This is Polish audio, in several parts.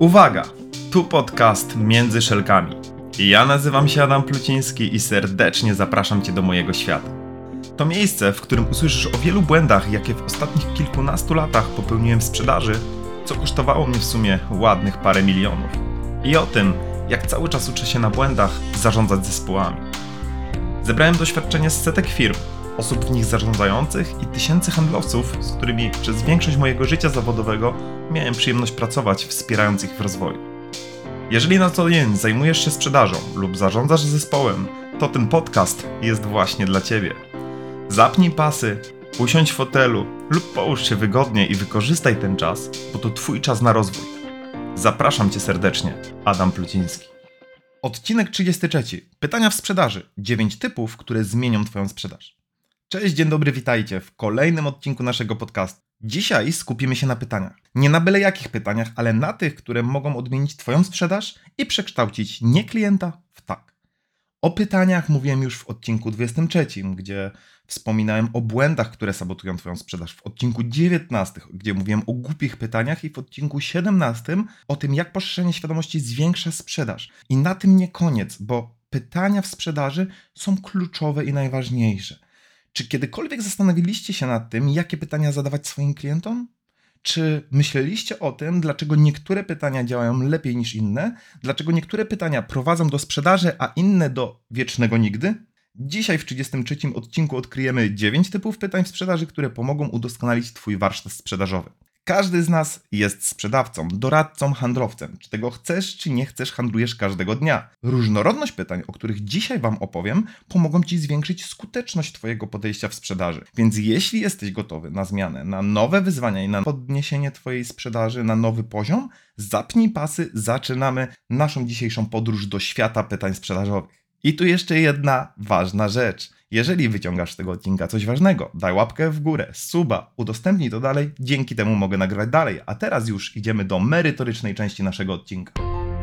Uwaga! Tu podcast Między Szelkami. Ja nazywam się Adam Pluciński i serdecznie zapraszam Cię do mojego świata. To miejsce, w którym usłyszysz o wielu błędach, jakie w ostatnich kilkunastu latach popełniłem w sprzedaży, co kosztowało mnie w sumie ładnych parę milionów. I o tym, jak cały czas uczę się na błędach zarządzać zespołami. Zebrałem doświadczenie z setek firm, osób w nich zarządzających i tysięcy handlowców, z którymi przez większość mojego życia zawodowego miałem przyjemność pracować, wspierając ich w rozwoju. Jeżeli na co dzień zajmujesz się sprzedażą lub zarządzasz zespołem, to ten podcast jest właśnie dla Ciebie. Zapnij pasy, usiądź w fotelu lub połóż się wygodnie i wykorzystaj ten czas, bo to Twój czas na rozwój. Zapraszam Cię serdecznie, Adam Pluciński. Odcinek 33. Pytania w sprzedaży. 9 typów, które zmienią Twoją sprzedaż. Cześć, dzień dobry, witajcie w kolejnym odcinku naszego podcastu. Dzisiaj skupimy się na pytaniach. Nie na byle jakich pytaniach, ale na tych, które mogą odmienić Twoją sprzedaż i przekształcić nie klienta w tak. O pytaniach mówiłem już w odcinku 23, gdzie wspominałem o błędach, które sabotują Twoją sprzedaż. W odcinku 19, gdzie mówiłem o głupich pytaniach i w odcinku 17 o tym, jak poszerzenie świadomości zwiększa sprzedaż. I na tym nie koniec, bo pytania w sprzedaży są kluczowe i najważniejsze. Czy kiedykolwiek zastanowiliście się nad tym, jakie pytania zadawać swoim klientom? Czy myśleliście o tym, dlaczego niektóre pytania działają lepiej niż inne? Dlaczego niektóre pytania prowadzą do sprzedaży, a inne do wiecznego nigdy? Dzisiaj w 33 odcinku odkryjemy 9 typów pytań w sprzedaży, które pomogą udoskonalić Twój warsztat sprzedażowy. Każdy z nas jest sprzedawcą, doradcą, handlowcem. Czy tego chcesz, czy nie chcesz, handlujesz każdego dnia. Różnorodność pytań, o których dzisiaj Wam opowiem, pomogą Ci zwiększyć skuteczność Twojego podejścia w sprzedaży. Więc jeśli jesteś gotowy na zmianę, na nowe wyzwania i na podniesienie Twojej sprzedaży na nowy poziom, zapnij pasy, zaczynamy naszą dzisiejszą podróż do świata pytań sprzedażowych. I tu jeszcze jedna ważna rzecz. Jeżeli wyciągasz z tego odcinka coś ważnego, daj łapkę w górę, suba, udostępnij to dalej, dzięki temu mogę nagrywać dalej. A teraz już idziemy do merytorycznej części naszego odcinka.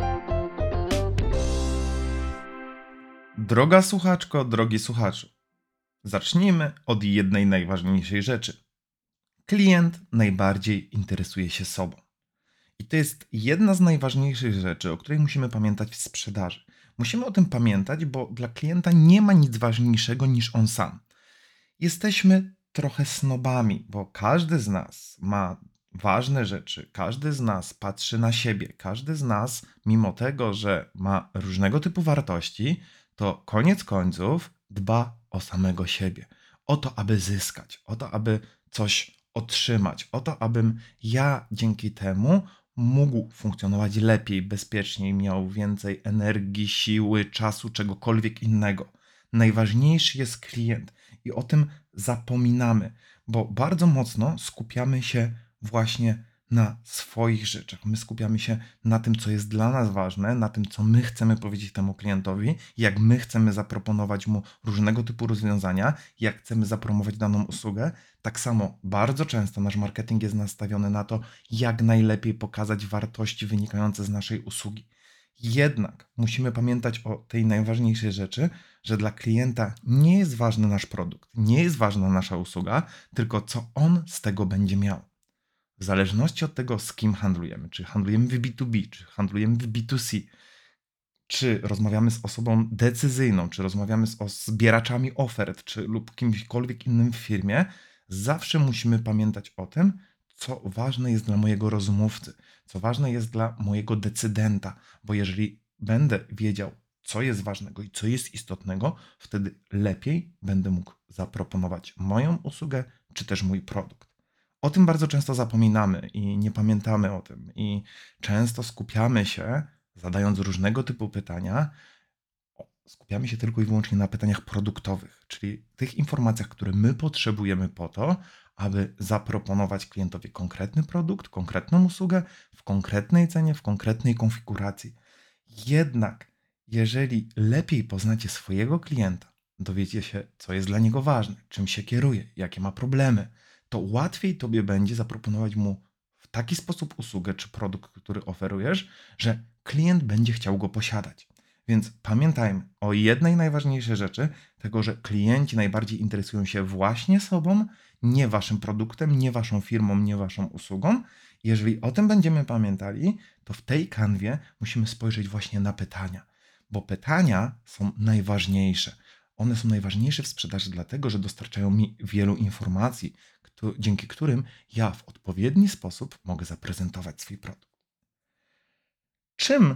Droga słuchaczko, drogi słuchaczu, zacznijmy od jednej najważniejszej rzeczy. Klient najbardziej interesuje się sobą. I to jest jedna z najważniejszych rzeczy, o której musimy pamiętać w sprzedaży. Musimy o tym pamiętać, bo dla klienta nie ma nic ważniejszego niż on sam. Jesteśmy trochę snobami, bo każdy z nas ma ważne rzeczy, każdy z nas patrzy na siebie, każdy z nas, mimo tego, że ma różnego typu wartości, to koniec końców dba o samego siebie. O to, aby zyskać, o to, aby coś otrzymać, o to, abym ja dzięki temu mógł funkcjonować lepiej, bezpieczniej, miał więcej energii, siły, czasu, czegokolwiek innego. Najważniejszy jest klient i o tym zapominamy, bo bardzo mocno skupiamy się właśnie na swoich rzeczach. My skupiamy się na tym, co jest dla nas ważne, na tym, co my chcemy powiedzieć temu klientowi, jak my chcemy zaproponować mu różnego typu rozwiązania, jak chcemy zapromować daną usługę. Tak samo bardzo często nasz marketing jest nastawiony na to, jak najlepiej pokazać wartości wynikające z naszej usługi. Jednak musimy pamiętać o tej najważniejszej rzeczy, że dla klienta nie jest ważny nasz produkt, nie jest ważna nasza usługa, tylko co on z tego będzie miał. W zależności od tego, z kim handlujemy, czy handlujemy w B2B, czy handlujemy w B2C, czy rozmawiamy z osobą decyzyjną, czy rozmawiamy z zbieraczami ofert, lub kimśkolwiek innym w firmie, zawsze musimy pamiętać o tym, co ważne jest dla mojego rozmówcy, co ważne jest dla mojego decydenta, bo jeżeli będę wiedział, co jest ważnego i co jest istotnego, wtedy lepiej będę mógł zaproponować moją usługę, czy też mój produkt. O tym bardzo często zapominamy i nie pamiętamy o tym. I często skupiamy się, zadając różnego typu pytania, skupiamy się tylko i wyłącznie na pytaniach produktowych, czyli tych informacjach, które my potrzebujemy po to, aby zaproponować klientowi konkretny produkt, konkretną usługę, w konkretnej cenie, w konkretnej konfiguracji. Jednak jeżeli lepiej poznacie swojego klienta, dowiecie się, co jest dla niego ważne, czym się kieruje, jakie ma problemy, to łatwiej Tobie będzie zaproponować mu w taki sposób usługę czy produkt, który oferujesz, że klient będzie chciał go posiadać. Więc pamiętajmy o jednej najważniejszej rzeczy, tego, że klienci najbardziej interesują się właśnie sobą, nie waszym produktem, nie waszą firmą, nie waszą usługą. Jeżeli o tym będziemy pamiętali, to w tej kanwie musimy spojrzeć właśnie na pytania, bo pytania są najważniejsze. One są najważniejsze w sprzedaży dlatego, że dostarczają mi wielu informacji, dzięki którym ja w odpowiedni sposób mogę zaprezentować swój produkt. Czym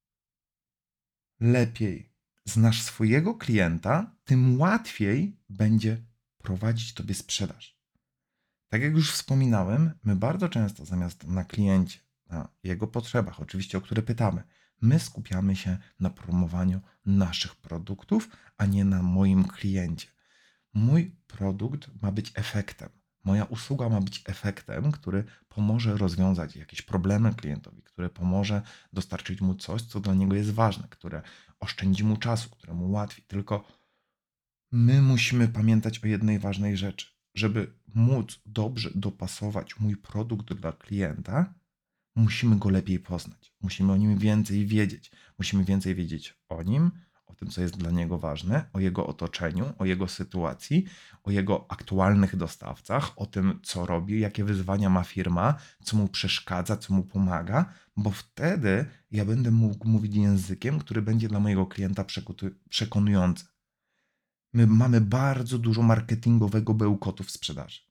lepiej znasz swojego klienta, tym łatwiej będzie prowadzić tobie sprzedaż. Tak jak już wspominałem, my bardzo często zamiast na kliencie, na jego potrzebach, oczywiście o które pytamy, my skupiamy się na promowaniu naszych produktów, a nie na moim kliencie. Mój produkt ma być efektem. Moja usługa ma być efektem, który pomoże rozwiązać jakieś problemy klientowi, które pomoże dostarczyć mu coś, co dla niego jest ważne, które oszczędzi mu czasu, które mu ułatwi. Tylko my musimy pamiętać o jednej ważnej rzeczy. Żeby móc dobrze dopasować mój produkt dla klienta, musimy go lepiej poznać. Musimy o nim więcej wiedzieć. Musimy więcej wiedzieć o nim, o tym, co jest dla niego ważne, o jego otoczeniu, o jego sytuacji, o jego aktualnych dostawcach, o tym, co robi, jakie wyzwania ma firma, co mu przeszkadza, co mu pomaga, bo wtedy ja będę mógł mówić językiem, który będzie dla mojego klienta przekonujący. My mamy bardzo dużo marketingowego bełkotu w sprzedaży.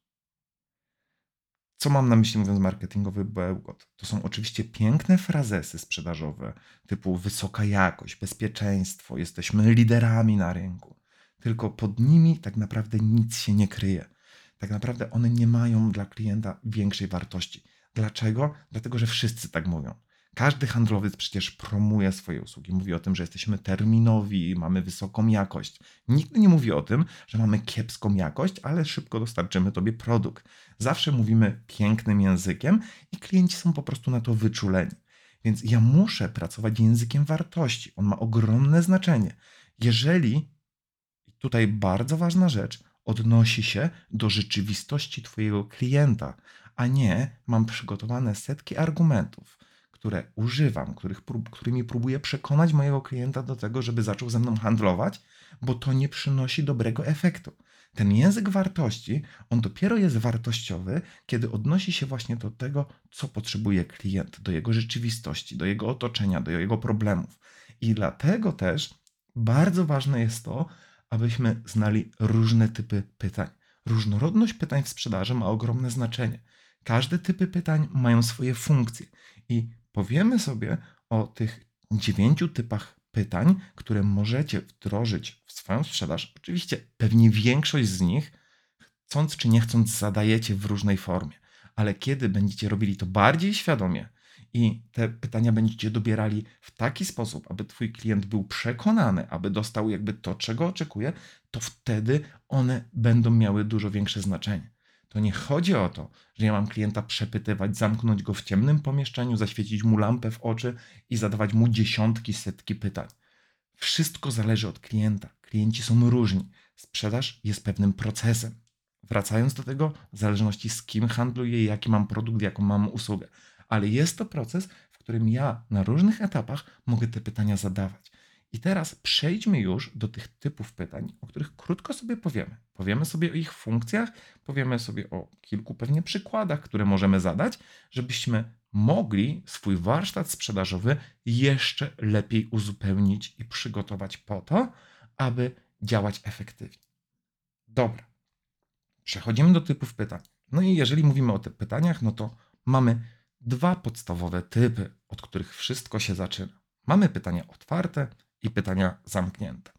Co mam na myśli mówiąc marketingowy bełkot? To są oczywiście piękne frazesy sprzedażowe typu wysoka jakość, bezpieczeństwo, jesteśmy liderami na rynku. Tylko pod nimi tak naprawdę nic się nie kryje. Tak naprawdę one nie mają dla klienta większej wartości. Dlaczego? Dlatego, że wszyscy tak mówią. Każdy handlowiec przecież promuje swoje usługi. Mówi o tym, że jesteśmy terminowi, mamy wysoką jakość. Nikt nie mówi o tym, że mamy kiepską jakość, ale szybko dostarczymy tobie produkt. Zawsze mówimy pięknym językiem i klienci są po prostu na to wyczuleni. Więc ja muszę pracować językiem wartości. On ma ogromne znaczenie. Jeżeli, tutaj bardzo ważna rzecz, odnosi się do rzeczywistości twojego klienta, a nie mam przygotowane setki argumentów, które używam, którymi próbuję przekonać mojego klienta do tego, żeby zaczął ze mną handlować, bo to nie przynosi dobrego efektu. Ten język wartości, on dopiero jest wartościowy, kiedy odnosi się właśnie do tego, co potrzebuje klient, do jego rzeczywistości, do jego otoczenia, do jego problemów. I dlatego też bardzo ważne jest to, abyśmy znali różne typy pytań. Różnorodność pytań w sprzedaży ma ogromne znaczenie. Każde typy pytań mają swoje funkcje i powiemy sobie o tych 9 typach pytań, które możecie wdrożyć w swoją sprzedaż. Oczywiście pewnie większość z nich, chcąc czy nie chcąc, zadajecie w różnej formie, ale kiedy będziecie robili to bardziej świadomie i te pytania będziecie dobierali w taki sposób, aby twój klient był przekonany, aby dostał jakby to, czego oczekuje, to wtedy one będą miały dużo większe znaczenie. To nie chodzi o to, że ja mam klienta przepytywać, zamknąć go w ciemnym pomieszczeniu, zaświecić mu lampę w oczy i zadawać mu dziesiątki, setki pytań. Wszystko zależy od klienta. Klienci są różni. Sprzedaż jest pewnym procesem. Wracając do tego, w zależności z kim handluję, jaki mam produkt, jaką mam usługę. Ale jest to proces, w którym ja na różnych etapach mogę te pytania zadawać. I teraz przejdźmy już do tych typów pytań, o których krótko sobie powiemy. Powiemy sobie o ich funkcjach, powiemy sobie o kilku pewnie przykładach, które możemy zadać, żebyśmy mogli swój warsztat sprzedażowy jeszcze lepiej uzupełnić i przygotować po to, aby działać efektywnie. Dobra, przechodzimy do typów pytań. No i jeżeli mówimy o tych pytaniach, no to mamy dwa podstawowe typy, od których wszystko się zaczyna. Mamy pytania otwarte i pytania zamknięte.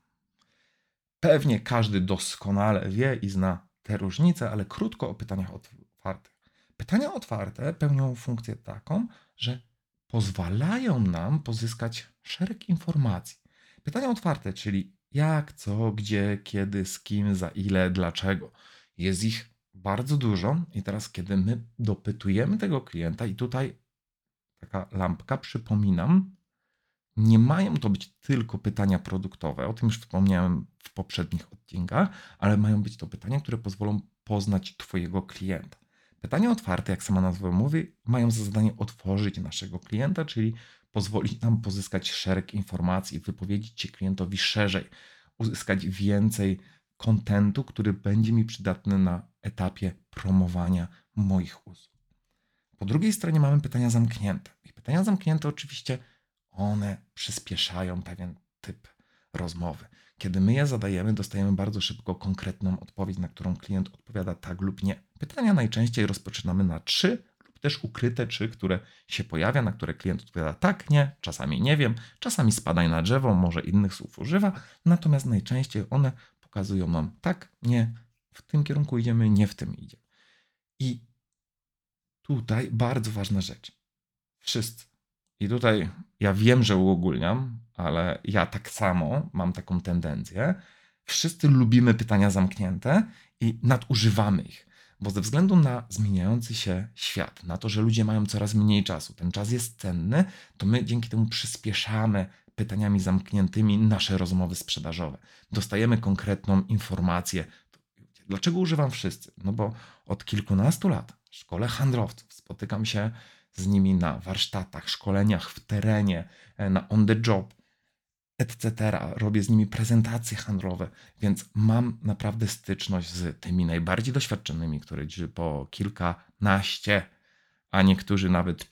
Pewnie każdy doskonale wie i zna te różnice, ale krótko o pytaniach otwartych. Pytania otwarte pełnią funkcję taką, że pozwalają nam pozyskać szereg informacji. Pytania otwarte, czyli jak, co, gdzie, kiedy, z kim, za ile, dlaczego. Jest ich bardzo dużo i teraz, kiedy my dopytujemy tego klienta, i tutaj taka lampka, przypominam, nie mają to być tylko pytania produktowe, o tym już wspomniałem w poprzednich odcinkach, ale mają być to pytania, które pozwolą poznać twojego klienta. Pytania otwarte, jak sama nazwa mówi, mają za zadanie otworzyć naszego klienta, czyli pozwolić nam pozyskać szereg informacji, wypowiedzieć się klientowi szerzej, uzyskać więcej kontentu, który będzie mi przydatny na etapie promowania moich usług. Po drugiej stronie mamy pytania zamknięte. I pytania zamknięte oczywiście one przyspieszają pewien typ rozmowy. Kiedy my je zadajemy, dostajemy bardzo szybko konkretną odpowiedź, na którą klient odpowiada tak lub nie. Pytania najczęściej rozpoczynamy na 3 lub też ukryte 3, które się pojawia, na które klient odpowiada tak, nie, czasami nie wiem, czasami spadaj na drzewo, może innych słów używa, natomiast najczęściej one pokazują nam tak, nie, w tym kierunku idziemy, nie w tym idziemy. I tutaj bardzo ważna rzecz. Wszyscy. I tutaj ja wiem, że uogólniam, ale ja tak samo mam taką tendencję. Wszyscy lubimy pytania zamknięte i nadużywamy ich, bo ze względu na zmieniający się świat, na to, że ludzie mają coraz mniej czasu, ten czas jest cenny, to my dzięki temu przyspieszamy pytaniami zamkniętymi nasze rozmowy sprzedażowe. Dostajemy konkretną informację. Dlaczego używam wszyscy? No bo od kilkunastu lat w szkole handlowców spotykam się z nimi na warsztatach, szkoleniach w terenie, na on the job, etc. Robię z nimi prezentacje handlowe, więc mam naprawdę styczność z tymi najbardziej doświadczonymi, którzy po kilkanaście, a niektórzy nawet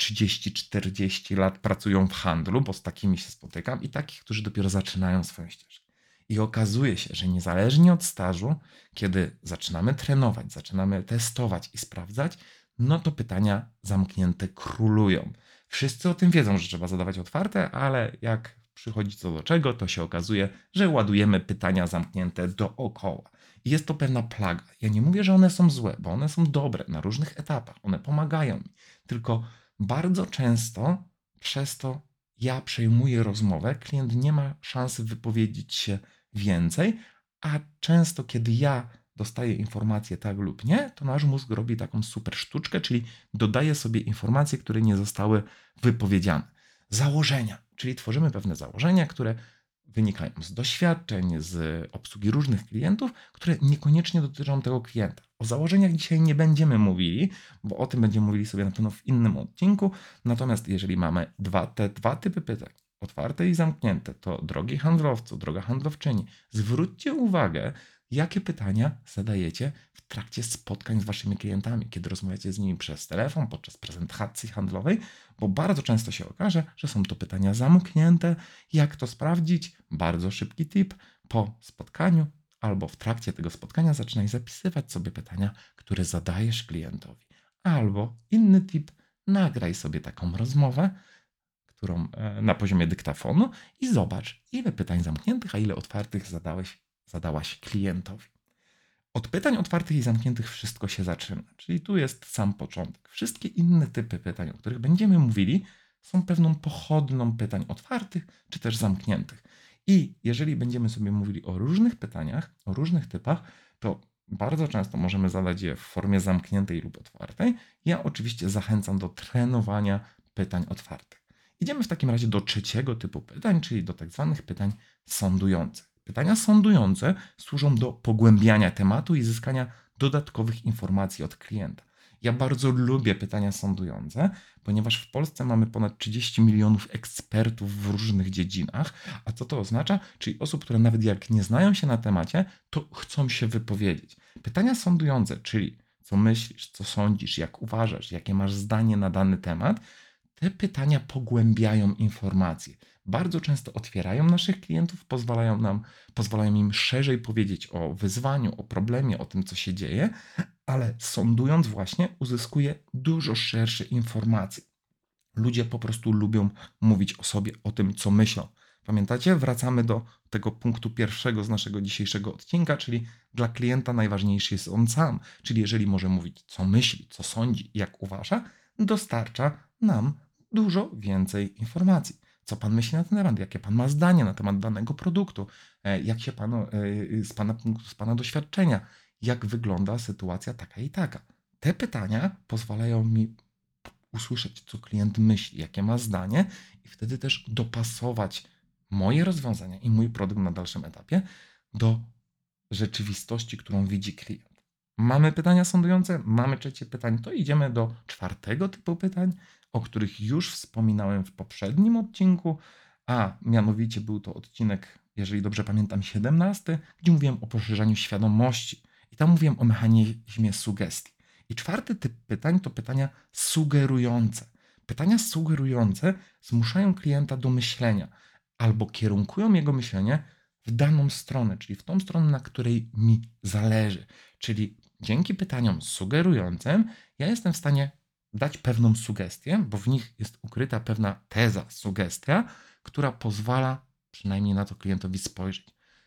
30-40 lat pracują w handlu, bo z takimi się spotykam, i takich, którzy dopiero zaczynają swoją ścieżkę. I okazuje się, że niezależnie od stażu, kiedy zaczynamy trenować, zaczynamy testować i sprawdzać, no to pytania zamknięte królują. Wszyscy o tym wiedzą, że trzeba zadawać otwarte, ale jak przychodzi co do czego, to się okazuje, że ładujemy pytania zamknięte dookoła. I jest to pewna plaga. Ja nie mówię, że one są złe, bo one są dobre na różnych etapach, one pomagają mi. Tylko bardzo często przez to ja przejmuję rozmowę, klient nie ma szansy wypowiedzieć się więcej, a często kiedy ja dostaję informację tak lub nie, to nasz mózg robi taką super sztuczkę, czyli dodaje sobie informacje, które nie zostały wypowiedziane. Założenia, czyli tworzymy pewne założenia, które wynikają z doświadczeń, z obsługi różnych klientów, które niekoniecznie dotyczą tego klienta. O założeniach dzisiaj nie będziemy mówili, bo o tym będziemy mówili sobie na pewno w innym odcinku. Natomiast jeżeli mamy te dwa typy pytań, otwarte i zamknięte, to drogi handlowcu, droga handlowczyni, zwróćcie uwagę, jakie pytania zadajecie w trakcie spotkań z waszymi klientami, kiedy rozmawiacie z nimi przez telefon, podczas prezentacji handlowej, bo bardzo często się okaże, że są to pytania zamknięte. Jak to sprawdzić? Bardzo szybki tip. Po spotkaniu albo w trakcie tego spotkania zaczynaj zapisywać sobie pytania, które zadajesz klientowi. Albo inny tip, nagraj sobie taką rozmowę, którą na poziomie dyktafonu i zobacz, ile pytań zamkniętych, a ile otwartych zadałaś klientowi. Od pytań otwartych i zamkniętych wszystko się zaczyna, czyli tu jest sam początek. Wszystkie inne typy pytań, o których będziemy mówili, są pewną pochodną pytań otwartych czy też zamkniętych. I jeżeli będziemy sobie mówili o różnych pytaniach, o różnych typach, to bardzo często możemy zadać je w formie zamkniętej lub otwartej. Ja oczywiście zachęcam do trenowania pytań otwartych. Idziemy w takim razie do trzeciego typu pytań, czyli do tak zwanych pytań sądujących. Pytania sądujące służą do pogłębiania tematu i zyskania dodatkowych informacji od klienta. Ja bardzo lubię pytania sądujące, ponieważ w Polsce mamy ponad 30 milionów ekspertów w różnych dziedzinach. A co to oznacza? Czyli osób, które nawet jak nie znają się na temacie, to chcą się wypowiedzieć. Pytania sądujące, czyli co myślisz, co sądzisz, jak uważasz, jakie masz zdanie na dany temat, te pytania pogłębiają informacje. Bardzo często otwierają naszych klientów, pozwalają im szerzej powiedzieć o wyzwaniu, o problemie, o tym, co się dzieje, ale sądując właśnie uzyskuje dużo szersze informacje. Ludzie po prostu lubią mówić o sobie, o tym, co myślą. Pamiętacie? Wracamy do tego punktu pierwszego z naszego dzisiejszego odcinka, czyli dla klienta najważniejszy jest on sam. Czyli jeżeli może mówić, co myśli, co sądzi, jak uważa, dostarcza nam dużo więcej informacji. Co pan myśli na ten temat? Jakie pan ma zdanie na temat danego produktu? Jak się z pana doświadczenia, jak wygląda sytuacja taka i taka? Te pytania pozwalają mi usłyszeć, co klient myśli, jakie ma zdanie i wtedy też dopasować moje rozwiązania i mój produkt na dalszym etapie do rzeczywistości, którą widzi klient. Mamy pytania sądujące, mamy trzecie pytanie, to idziemy do czwartego typu pytań, o których już wspominałem w poprzednim odcinku, a mianowicie był to odcinek, jeżeli dobrze pamiętam, 17, gdzie mówiłem o poszerzaniu świadomości. I tam mówiłem o mechanizmie sugestii. I czwarty typ pytań to pytania sugerujące. Pytania sugerujące zmuszają klienta do myślenia albo kierunkują jego myślenie w daną stronę, czyli w tą stronę, na której mi zależy. Czyli dzięki pytaniom sugerującym ja jestem w stanie dać pewną sugestię, bo w nich jest ukryta pewna teza, sugestia, która pozwala przynajmniej na to klientowi spojrzeć.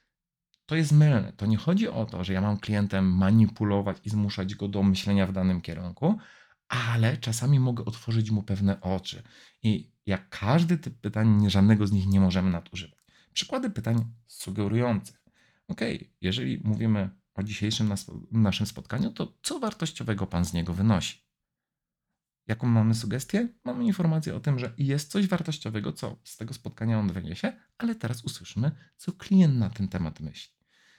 To jest mylne. To nie chodzi o to, że ja mam klientem manipulować i zmuszać go do myślenia w danym kierunku, ale czasami mogę otworzyć mu pewne oczy. I jak każdy typ pytań, żadnego z nich nie możemy nadużywać. Przykłady pytań sugerujących. Ok, jeżeli mówimy o dzisiejszym naszym spotkaniu, to co wartościowego Pan z niego wynosi? Jaką mamy sugestię? Mamy informację o tym, że jest coś wartościowego, co z tego spotkania on wyniesie, ale teraz usłyszymy, co klient na ten temat myśli.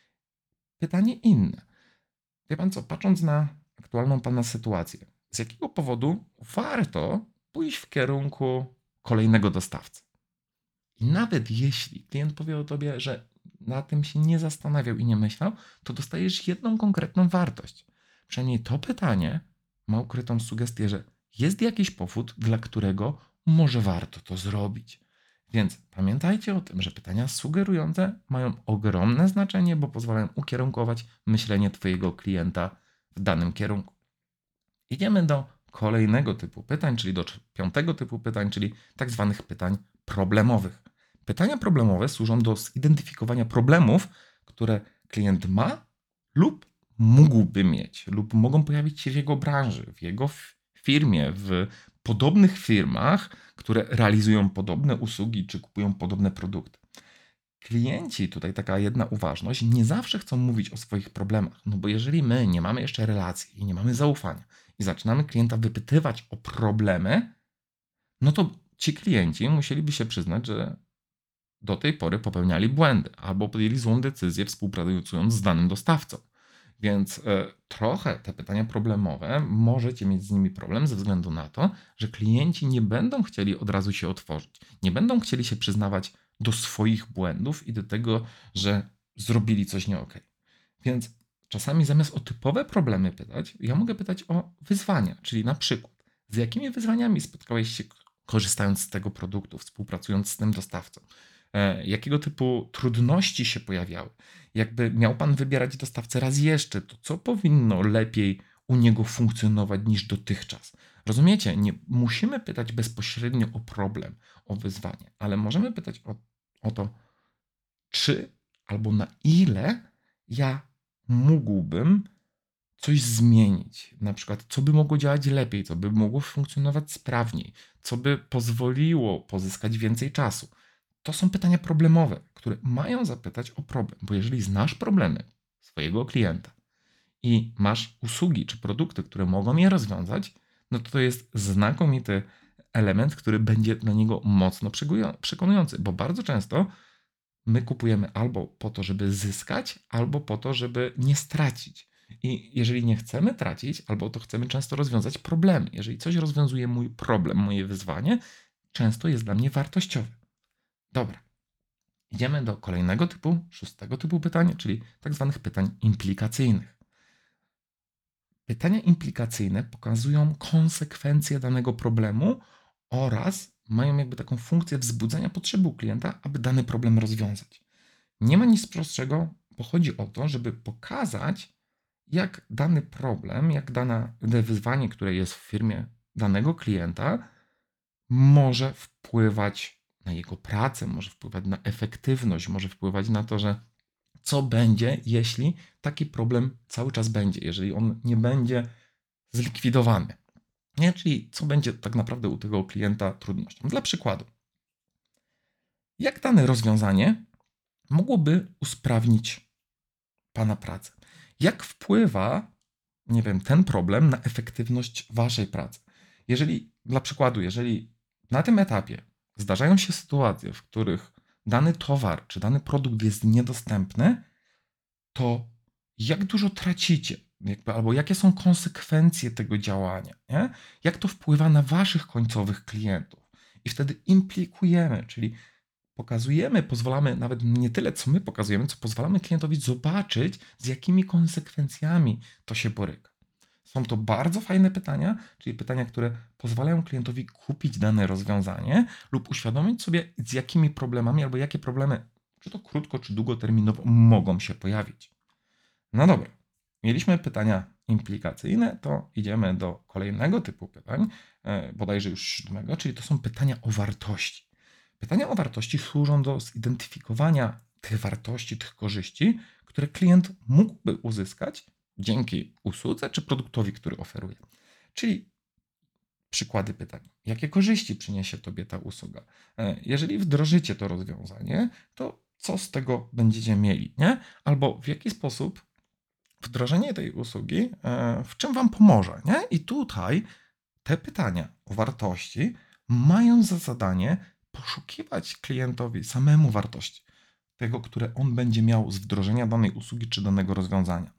Pytanie inne. Wie Pan co, patrząc na aktualną Pana sytuację, z jakiego powodu warto pójść w kierunku kolejnego dostawcy? I nawet jeśli klient powie o Tobie, że na tym się nie zastanawiał i nie myślał, to dostajesz jedną konkretną wartość. Przynajmniej to pytanie ma ukrytą sugestię, że jest jakiś powód, dla którego może warto to zrobić. Więc pamiętajcie o tym, że pytania sugerujące mają ogromne znaczenie, bo pozwalają ukierunkować myślenie Twojego klienta w danym kierunku. Idziemy do kolejnego typu pytań, czyli do piątego typu pytań, czyli tak zwanych pytań problemowych. Pytania problemowe służą do zidentyfikowania problemów, które klient ma lub mógłby mieć, lub mogą pojawić się w jego branży, w jego firmie, w podobnych firmach, które realizują podobne usługi czy kupują podobne produkty. Klienci, tutaj taka jedna uważność, nie zawsze chcą mówić o swoich problemach, no bo jeżeli my nie mamy jeszcze relacji i nie mamy zaufania i zaczynamy klienta wypytywać o problemy, no to ci klienci musieliby się przyznać, że do tej pory popełniali błędy albo podjęli złą decyzję współpracując z danym dostawcą. Więc trochę te pytania problemowe, możecie mieć z nimi problem ze względu na to, że klienci nie będą chcieli od razu się otworzyć. Nie będą chcieli się przyznawać do swoich błędów i do tego, że zrobili coś nie okej. Więc czasami zamiast o typowe problemy pytać, ja mogę pytać o wyzwania, czyli na przykład z jakimi wyzwaniami spotkałeś się korzystając z tego produktu, współpracując z tym dostawcą. Jakiego typu trudności się pojawiały? Jakby miał Pan wybierać dostawcę raz jeszcze, to co powinno lepiej u niego funkcjonować niż dotychczas? Rozumiecie? Nie musimy pytać bezpośrednio o problem, o wyzwanie, ale możemy pytać o to, czy albo na ile ja mógłbym coś zmienić. Na przykład, co by mogło działać lepiej, co by mogło funkcjonować sprawniej, co by pozwoliło pozyskać więcej czasu. To są pytania problemowe, które mają zapytać o problem, bo jeżeli znasz problemy swojego klienta i masz usługi czy produkty, które mogą je rozwiązać, no to jest znakomity element, który będzie dla niego mocno przekonujący, bo bardzo często my kupujemy albo po to, żeby zyskać, albo po to, żeby nie stracić. I jeżeli nie chcemy tracić, albo to chcemy często rozwiązać problemy. Jeżeli coś rozwiązuje mój problem, moje wyzwanie, często jest dla mnie wartościowe. Dobra. Idziemy do kolejnego typu, szóstego typu pytań, czyli tak zwanych pytań implikacyjnych. Pytania implikacyjne pokazują konsekwencje danego problemu oraz mają jakby taką funkcję wzbudzenia potrzeby u klienta, aby dany problem rozwiązać. Nie ma nic prostszego, bo chodzi o to, żeby pokazać, jak dany problem, jak dane wyzwanie, które jest w firmie danego klienta, może wpływać na jego pracę, może wpływać na efektywność, może wpływać na to, że co będzie, jeśli taki problem cały czas będzie, jeżeli on nie będzie zlikwidowany. Nie? Czyli co będzie tak naprawdę u tego klienta trudnością. Dla przykładu, jak dane rozwiązanie mogłoby usprawnić Pana pracę? Jak wpływa, nie wiem, ten problem na efektywność Waszej pracy? Jeżeli, dla przykładu, jeżeli na tym etapie zdarzają się sytuacje, w których dany towar czy dany produkt jest niedostępny, to jak dużo tracicie? Albo jakie są konsekwencje tego działania? Nie? Jak to wpływa na Waszych końcowych klientów? I wtedy implikujemy, czyli pozwalamy nawet nie tyle, co my pokazujemy, co pozwalamy klientowi zobaczyć, z jakimi konsekwencjami to się boryka. Są to bardzo fajne pytania, czyli pytania, które pozwalają klientowi kupić dane rozwiązanie lub uświadomić sobie, z jakimi problemami albo jakie problemy, czy to krótko, czy długoterminowo, mogą się pojawić. No dobra, mieliśmy pytania implikacyjne, to idziemy do kolejnego typu pytań, bodajże już 7, czyli to są pytania o wartości. Pytania o wartości służą do zidentyfikowania tych wartości, tych korzyści, które klient mógłby uzyskać dzięki usłudze czy produktowi, który oferuje. Czyli przykłady pytań. Jakie korzyści przyniesie Tobie ta usługa? Jeżeli wdrożycie to rozwiązanie, to co z tego będziecie mieli, nie? Albo w jaki sposób wdrożenie tej usługi, w czym Wam pomoże, nie? I tutaj te pytania o wartości mają za zadanie poszukiwać klientowi samemu wartości, tego, które on będzie miał z wdrożenia danej usługi czy danego rozwiązania.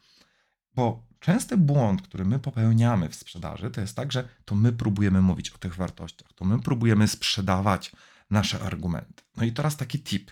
Bo częsty błąd, który my popełniamy w sprzedaży, to jest tak, że to my próbujemy mówić o tych wartościach, to my próbujemy sprzedawać nasze argumenty. No i teraz taki tip.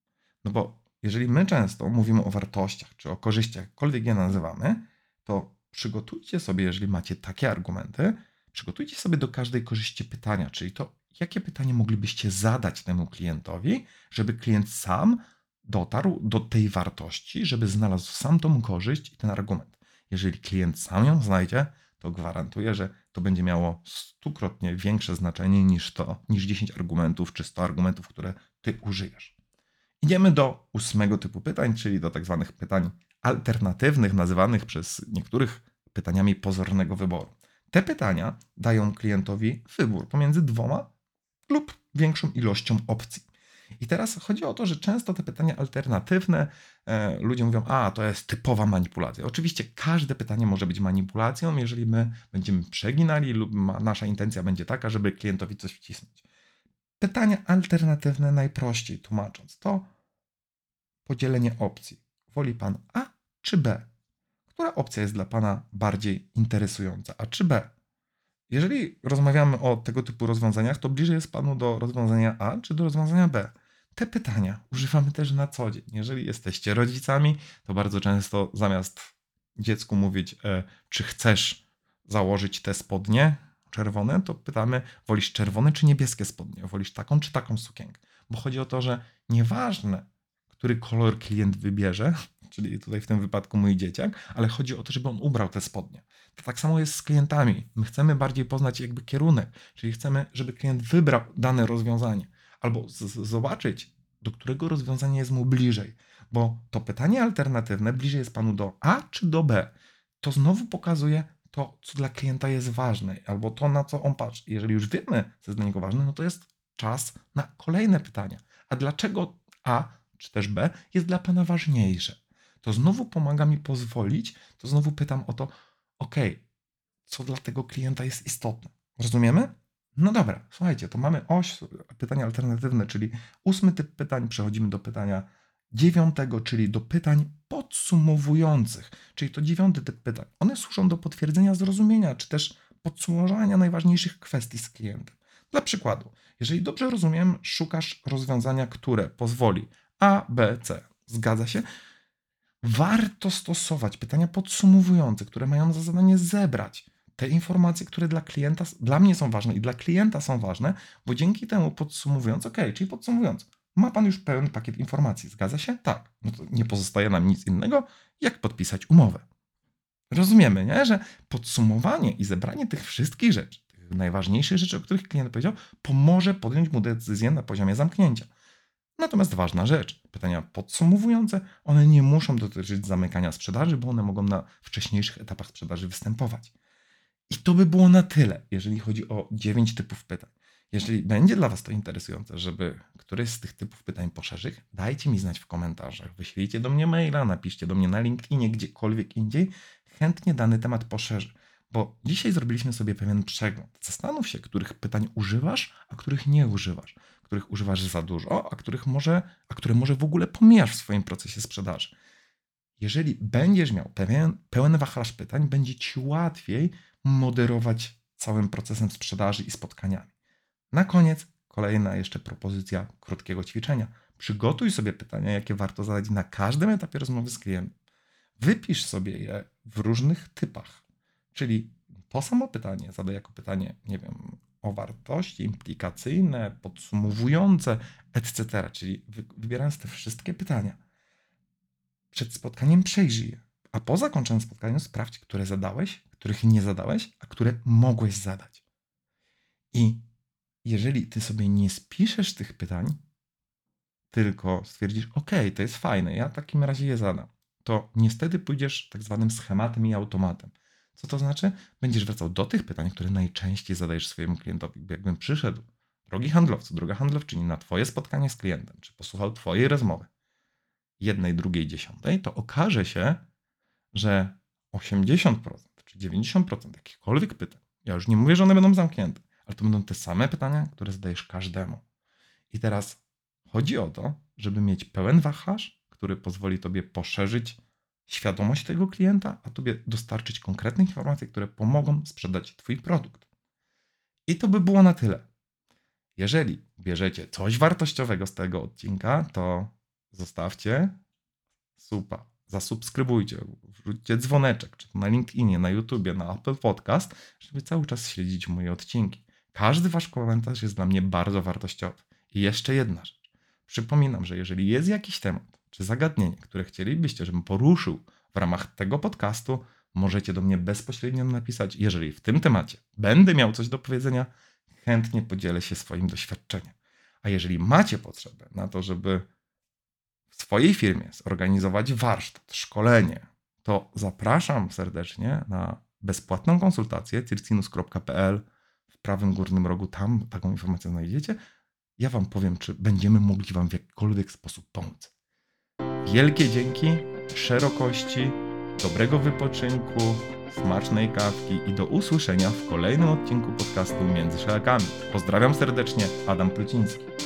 No bo jeżeli my często mówimy o wartościach czy o korzyściach, jakkolwiek je nazywamy, to przygotujcie sobie, jeżeli macie takie argumenty, przygotujcie sobie do każdej korzyści pytania, czyli to, jakie pytanie moglibyście zadać temu klientowi, żeby klient sam dotarł do tej wartości, żeby znalazł sam tą korzyść i ten argument. Jeżeli klient sam ją znajdzie, to gwarantuję, że to będzie miało 100-krotnie większe znaczenie niż 10 argumentów czy 100 argumentów, które ty użyjesz. Idziemy do 8 typu pytań, czyli do tak zwanych pytań alternatywnych, nazywanych przez niektórych pytaniami pozornego wyboru. Te pytania dają klientowi wybór pomiędzy 2 lub większą ilością opcji. I teraz chodzi o to, że często te pytania alternatywne ludzie mówią, to jest typowa manipulacja. Oczywiście każde pytanie może być manipulacją, jeżeli my będziemy przeginali lub nasza intencja będzie taka, żeby klientowi coś wcisnąć. Pytania alternatywne, najprościej tłumacząc, to podzielenie opcji. Woli Pan A czy B? Która opcja jest dla Pana bardziej interesująca, A czy B? Jeżeli rozmawiamy o tego typu rozwiązaniach, to bliżej jest Panu do rozwiązania A czy do rozwiązania B? Te pytania używamy też na co dzień. Jeżeli jesteście rodzicami, to bardzo często zamiast dziecku mówić, czy chcesz założyć te spodnie czerwone, to pytamy, wolisz czerwone czy niebieskie spodnie? Wolisz taką czy taką sukienkę? Bo chodzi o to, że nieważne, który kolor klient wybierze, czyli tutaj w tym wypadku mój dzieciak, ale chodzi o to, żeby on ubrał te spodnie. To tak samo jest z klientami. My chcemy bardziej poznać jakby kierunek, czyli chcemy, żeby klient wybrał dane rozwiązanie albo zobaczyć, do którego rozwiązania jest mu bliżej, bo to pytanie alternatywne bliżej jest Panu do A czy do B. To znowu pokazuje to, co dla klienta jest ważne, albo to, na co on patrzy. Jeżeli już wiemy, co jest dla niego ważne, no to jest czas na kolejne pytania. A dlaczego A czy też B jest dla Pana ważniejsze? To znowu pomaga mi pozwolić, to znowu pytam o to, co dla tego klienta jest istotne. Rozumiemy? No dobra, słuchajcie, to mamy pytania alternatywne, czyli 8 typ pytań, przechodzimy do pytania 9, czyli do pytań podsumowujących, czyli to 9 typ pytań. One służą do potwierdzenia zrozumienia, czy też podsumowania najważniejszych kwestii z klientem. Dla przykładu, jeżeli dobrze rozumiem, szukasz rozwiązania, które pozwoli A, B, C. Zgadza się? Warto stosować pytania podsumowujące, które mają za zadanie zebrać te informacje, które dla mnie są ważne i dla klienta są ważne, bo dzięki temu podsumowując, czyli podsumowując, ma Pan już pełen pakiet informacji. Zgadza się? Tak. No to nie pozostaje nam nic innego, jak podpisać umowę. Rozumiemy, nie? Że podsumowanie i zebranie tych wszystkich rzeczy, tych najważniejszych rzeczy, o których klient powiedział, pomoże podjąć mu decyzję na poziomie zamknięcia. Natomiast ważna rzecz, pytania podsumowujące, one nie muszą dotyczyć zamykania sprzedaży, bo one mogą na wcześniejszych etapach sprzedaży występować. I to by było na tyle, jeżeli chodzi o 9 typów pytań. Jeżeli będzie dla Was to interesujące, żeby któryś z tych typów pytań poszerzyć, dajcie mi znać w komentarzach, wyślijcie do mnie maila, napiszcie do mnie na LinkedInie, gdziekolwiek indziej. Chętnie dany temat poszerzy, bo dzisiaj zrobiliśmy sobie pewien przegląd. Zastanów się, których pytań używasz, a których nie używasz. Których używasz za dużo, a które może w ogóle pomijasz w swoim procesie sprzedaży. Jeżeli będziesz miał pełen wachlarz pytań, będzie Ci łatwiej moderować całym procesem sprzedaży i spotkaniami. Na koniec kolejna jeszcze propozycja krótkiego ćwiczenia. Przygotuj sobie pytania, jakie warto zadać na każdym etapie rozmowy z klientem. Wypisz sobie je w różnych typach. Czyli to samo pytanie zadaj jako pytanie, nie wiem, o wartości implikacyjne, podsumowujące, etc. Czyli wybierając te wszystkie pytania, przed spotkaniem przejrzyj je, a po zakończonym spotkaniu sprawdź, które zadałeś, których nie zadałeś, a które mogłeś zadać. I jeżeli ty sobie nie spiszesz tych pytań, tylko stwierdzisz, ok, to jest fajne, ja w takim razie je zadam, to niestety pójdziesz tak zwanym schematem i automatem. Co to znaczy? Będziesz wracał do tych pytań, które najczęściej zadajesz swojemu klientowi. Bo jakbym przyszedł, drogi handlowcu, droga handlowczyni, na twoje spotkanie z klientem, czy posłuchał twojej rozmowy, jednej, drugiej, dziesiątej, to okaże się, że 80% czy 90% jakichkolwiek pytań, ja już nie mówię, że one będą zamknięte, ale to będą te same pytania, które zadajesz każdemu. I teraz chodzi o to, żeby mieć pełen wachlarz, który pozwoli tobie poszerzyć świadomość tego klienta, a tobie dostarczyć konkretne informacje, które pomogą sprzedać twój produkt. I to by było na tyle. Jeżeli bierzecie coś wartościowego z tego odcinka, to zostawcie suba, zasubskrybujcie, wrzućcie dzwoneczek, czy to na LinkedInie, na YouTubie, na Apple Podcast, żeby cały czas śledzić moje odcinki. Każdy wasz komentarz jest dla mnie bardzo wartościowy. I jeszcze jedna rzecz. Przypominam, że jeżeli jest jakiś temat, czy zagadnienie, które chcielibyście, żebym poruszył w ramach tego podcastu, możecie do mnie bezpośrednio napisać. Jeżeli w tym temacie będę miał coś do powiedzenia, chętnie podzielę się swoim doświadczeniem. A jeżeli macie potrzebę na to, żeby w swojej firmie zorganizować warsztat, szkolenie, to zapraszam serdecznie na bezpłatną konsultację circinus.pl w prawym górnym rogu, tam taką informację znajdziecie. Ja wam powiem, czy będziemy mogli wam w jakikolwiek sposób pomóc. Wielkie dzięki, szerokości, dobrego wypoczynku, smacznej kawki i do usłyszenia w kolejnym odcinku podcastu Między Szlakami. Pozdrawiam serdecznie, Adam Pluciński.